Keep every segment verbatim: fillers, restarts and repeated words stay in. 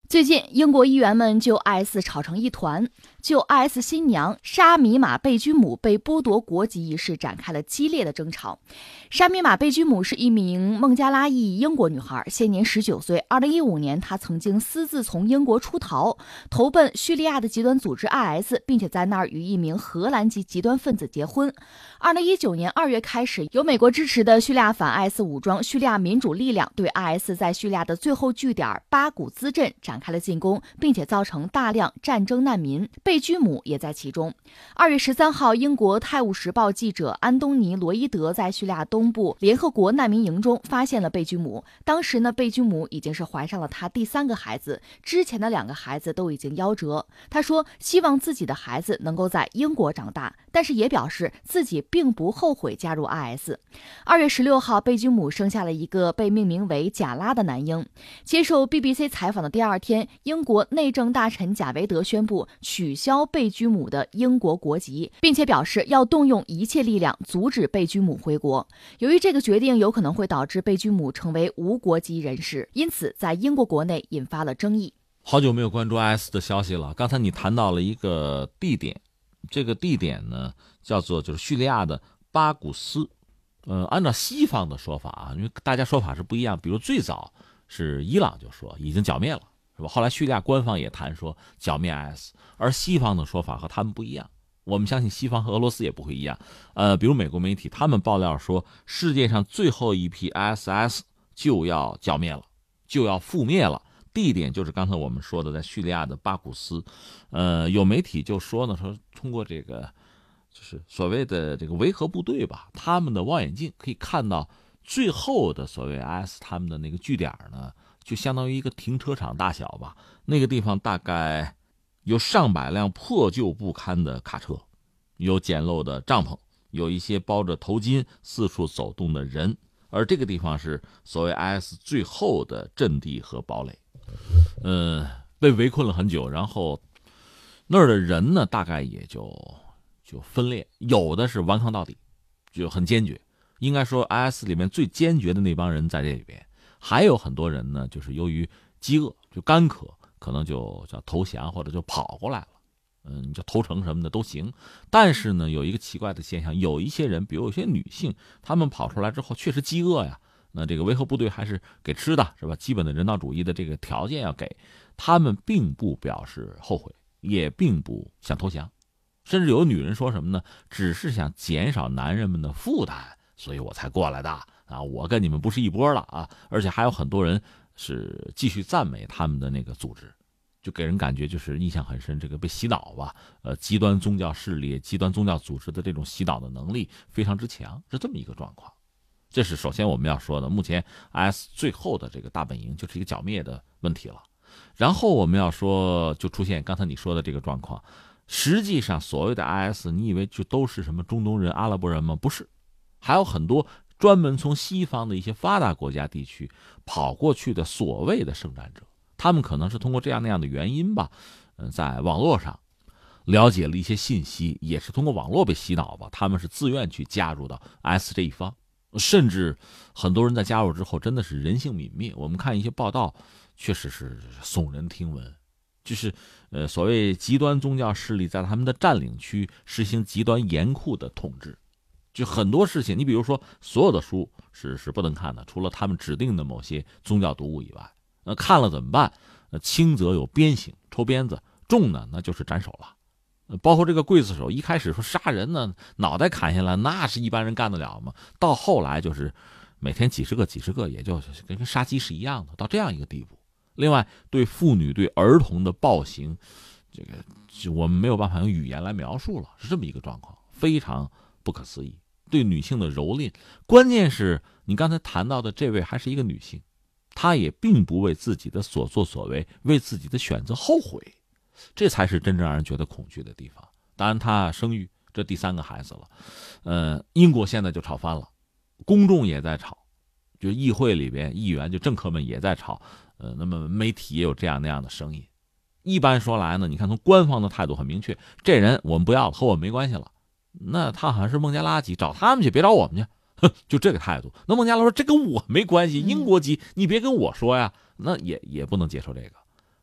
最近，英国议员们就 I S 吵成一团，就 I S 新娘沙米马贝居姆被剥夺国籍一事展开了激烈的争吵。沙米马贝居姆是一名孟加拉裔英国女孩，现年十九岁。二零一五年，她曾经私自从英国出逃，投奔叙利亚的极端组织 I S， 并且在那儿与一名荷兰籍极端分子结婚。二零一九年二月开始，由美国支持的叙利亚反 I S 武装叙利亚民主力量对 I S 在叙利亚的最后据点巴古兹镇展开了进攻，并且造成大量战争难民，贝居姆也在其中。二月十三号，英国《泰晤士报》记者安东尼·罗伊德在叙利亚东部联合国难民营中发现了贝居姆。当时呢，贝居姆已经是怀上了他第三个孩子，之前的两个孩子都已经夭折。他说希望自己的孩子能够在英国长大，但是也表示自己并不后悔加入 I S。二月十六号，贝居姆生下了一个被命名为贾拉的男婴。接受 B B C 采访的第二天，英国内政大臣贾维德宣布取消贝居姆的英国国籍，并且表示要动用一切力量阻止贝居姆回国。由于这个决定有可能会导致贝居姆成为无国籍人士，因此在英国国内引发了争议。 好久没有关注 I S 的消息了。刚才你谈到了一个地点，这个地点呢叫做就是叙利亚的巴古斯。呃，按照西方的说法啊，因为大家说法是不一样，比如最早是伊朗就说已经剿灭了，是吧？后来叙利亚官方也谈说剿灭 I S， 而西方的说法和他们不一样。我们相信西方和俄罗斯也不会一样。呃，比如美国媒体他们爆料说，世界上最后一批 I S S 就要剿灭了，就要覆灭了。地点就是刚才我们说的在叙利亚的巴古斯。呃，有媒体就说呢，说通过这个就是所谓的这个维和部队吧，他们的望远镜可以看到最后的所谓 I S 他们的那个据点呢，就相当于一个停车场大小吧。那个地方大概有上百辆破旧不堪的卡车，有简陋的帐篷，有一些包着头巾四处走动的人，而这个地方是所谓 I S 最后的阵地和堡垒。呃，被围困了很久，然后那儿的人呢，大概也就就分裂，有的是顽抗到底，就很坚决。应该说 I S 里面最坚决的那帮人在这里边，还有很多人呢，就是由于饥饿就干渴，可能就叫投降或者就跑过来了。嗯，你叫投诚什么的都行。但是呢，有一个奇怪的现象，有一些人，比如有些女性，她们跑出来之后确实饥饿呀。那这个维和部队还是给吃的，是吧？基本的人道主义的这个条件要给，他们并不表示后悔，也并不想投降，甚至有女人说什么呢？只是想减少男人们的负担，所以我才过来的啊！我跟你们不是一波了啊！而且还有很多人是继续赞美他们的那个组织，就给人感觉就是印象很深，这个被洗脑吧，呃，极端宗教势力、极端宗教组织的这种洗脑的能力非常之强，是这么一个状况。这是首先我们要说的，目前 I S 最后的这个大本营就是一个剿灭的问题了。然后我们要说，就出现刚才你说的这个状况，实际上所谓的 I S， 你以为就都是什么中东人、阿拉伯人吗？不是，还有很多专门从西方的一些发达国家地区跑过去的所谓的圣战者，他们可能是通过这样那样的原因吧，嗯，在网络上了解了一些信息，也是通过网络被洗脑吧，他们是自愿去加入到 I S 这一方。甚至很多人在加入之后真的是人性泯灭，我们看一些报道确实是耸人听闻，就是呃所谓极端宗教势力在他们的占领区实行极端严酷的统治，就很多事情，你比如说所有的书是是不能看的，除了他们指定的某些宗教读物以外，那看了怎么办？呃，轻则有鞭刑抽鞭子，重呢那就是斩首了。包括这个刽子手，一开始说杀人呢，脑袋砍下来，那是一般人干得了吗？到后来就是每天几十个、几十个，也就跟杀鸡是一样的，到这样一个地步。另外，对妇女、对儿童的暴行，这个就我们没有办法用语言来描述了，是这么一个状况，非常不可思议。对女性的蹂躏，关键是你刚才谈到的这位还是一个女性，她也并不为自己的所作所为、为自己的选择后悔。这才是真正让人觉得恐惧的地方。当然，她生育这第三个孩子了，呃，英国现在就吵翻了，公众也在吵，就议会里边议员就政客们也在吵，呃，那么媒体也有这样那样的声音。一般说来呢，你看从官方的态度很明确，这人我们不要了，和我们没关系了。那他好像是孟加拉籍，找他们去，别找我们去，哼，就这个态度。那孟加拉说这跟我没关系，英国籍你别跟我说呀，那也也不能接受这个。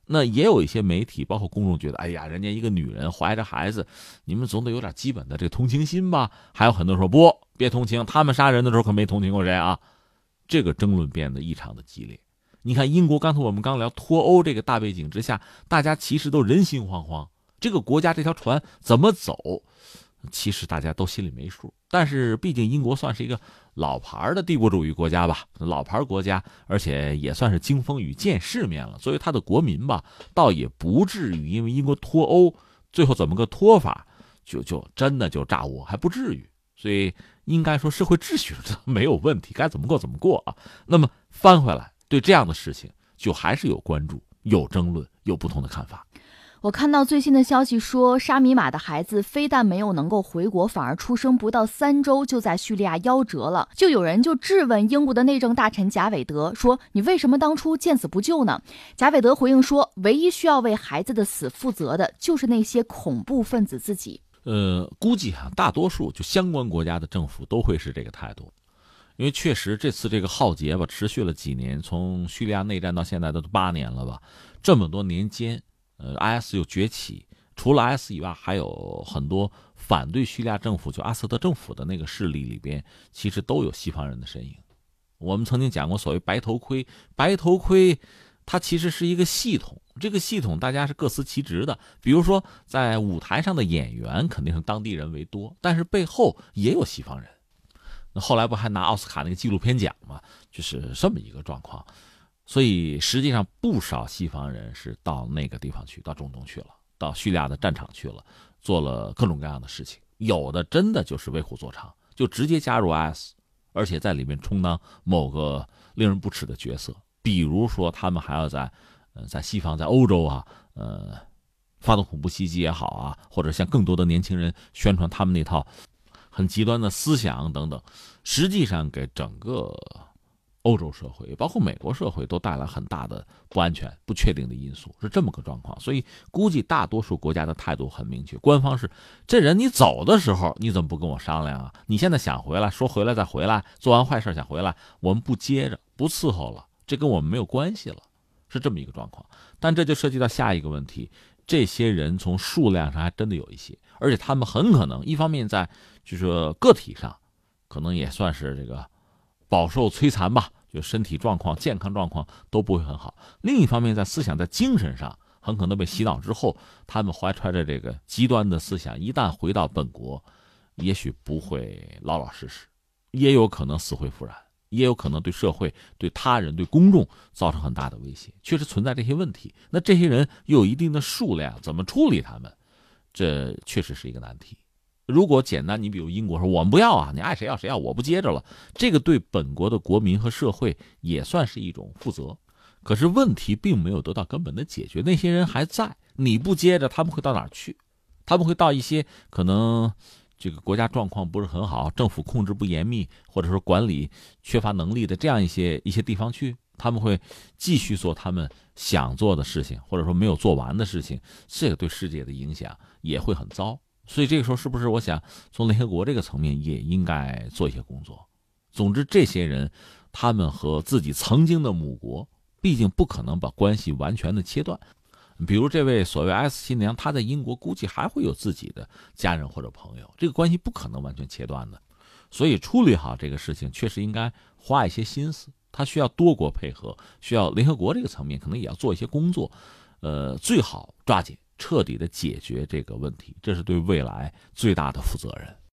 那也有一些媒体，包括公众觉得，哎呀，人家一个女人怀着孩子，你们总得有点基本的这个同情心吧？还有很多人说不，别同情，他们杀人的时候可没同情过谁啊。这个争论变得异常的激烈。你看英国，刚才我们刚聊脱欧这个大背景之下，大家其实都人心惶惶，这个国家这条船怎么走，其实大家都心里没数。但是毕竟英国算是一个老牌的帝国主义国家吧，老牌国家，而且也算是经风雨见世面了，所以他的国民吧，倒也不至于因为英国脱欧最后怎么个脱法，就就真的就炸窝，还不至于。所以应该说社会秩序没有问题，该怎么过怎么过啊。那么翻回来，对这样的事情就还是有关注、有争论、有不同的看法。 我看到最新的消息说，沙米马的孩子非但没有能够回国，反而出生不到三周就在叙利亚夭折了。就有人就质问英国的内政大臣贾伟德说，你为什么当初见死不救呢？贾伟德回应说，唯一需要为孩子的死负责的就是那些恐怖分子自己。 呃，估计哈、啊，大多数就相关国家的政府都会是这个态度，因为确实这次这个浩劫吧，持续了几年，从叙利亚内战到现在都八年了吧，这么多年间，呃 ，I S 又崛起，除了 I S 以外，还有很多反对叙利亚政府，就阿萨德政府的那个势力里边，其实都有西方人的身影。我们曾经讲过所谓白头盔，白头盔它其实是一个系统，这个系统大家是各司其职的。比如说在舞台上的演员肯定是当地人为多，但是背后也有西方人。那后来不还拿奥斯卡那个纪录片奖嘛，就是这么一个状况。所以实际上不少西方人是到那个地方去，到中东去了，到叙利亚的战场去了，做了各种各样的事情。有的真的就是为虎作伥，就直接加入 I S， 而且在里面充当某个令人不齿的角色。比如说他们还要在呃在西方，在欧洲啊，呃发动恐怖袭击也好啊，或者向更多的年轻人宣传他们那套很极端的思想等等，实际上给整个欧洲社会包括美国社会都带来很大的不安全、不确定的因素，是这么个状况。所以估计大多数国家的态度很明确，官方是这人你走的时候你怎么不跟我商量啊？你现在想回来，说回来再回来，做完坏事想回来，我们不接着不伺候了，这跟我们没有关系了，是这么一个状况。但这就涉及到下一个问题，这些人从数量上还真的有一些，而且他们很可能一方面在就是说个体上可能也算是这个饱受摧残吧，就身体状况、健康状况都不会很好。另一方面在思想、在精神上很可能被洗脑之后，他们怀揣着这个极端的思想，一旦回到本国，也许不会老老实实，也有可能死灰复燃，也有可能对社会、对他人、对公众造成很大的威胁，确实存在这些问题。那这些人又有一定的数量，怎么处理他们，这确实是一个难题。如果简单，你比如英国说我们不要啊，你爱谁要谁要，我不接着了，这个对本国的国民和社会也算是一种负责。可是问题并没有得到根本的解决，那些人还在，你不接着，他们会到哪儿去？他们会到一些可能这个国家状况不是很好，政府控制不严密，或者说管理缺乏能力的这样一些一些地方去，他们会继续做他们想做的事情，或者说没有做完的事情，这个对世界的影响也会很糟。所以这个时候是不是我想从联合国这个层面也应该做一些工作。总之这些人他们和自己曾经的母国毕竟不可能把关系完全的切断，比如这位所谓 S 新娘，她在英国估计还会有自己的家人或者朋友，这个关系不可能完全切断的。所以处理好这个事情确实应该花一些心思，它需要多国配合，需要联合国这个层面可能也要做一些工作，呃，最好抓紧彻底的解决这个问题，这是对未来最大的负责任。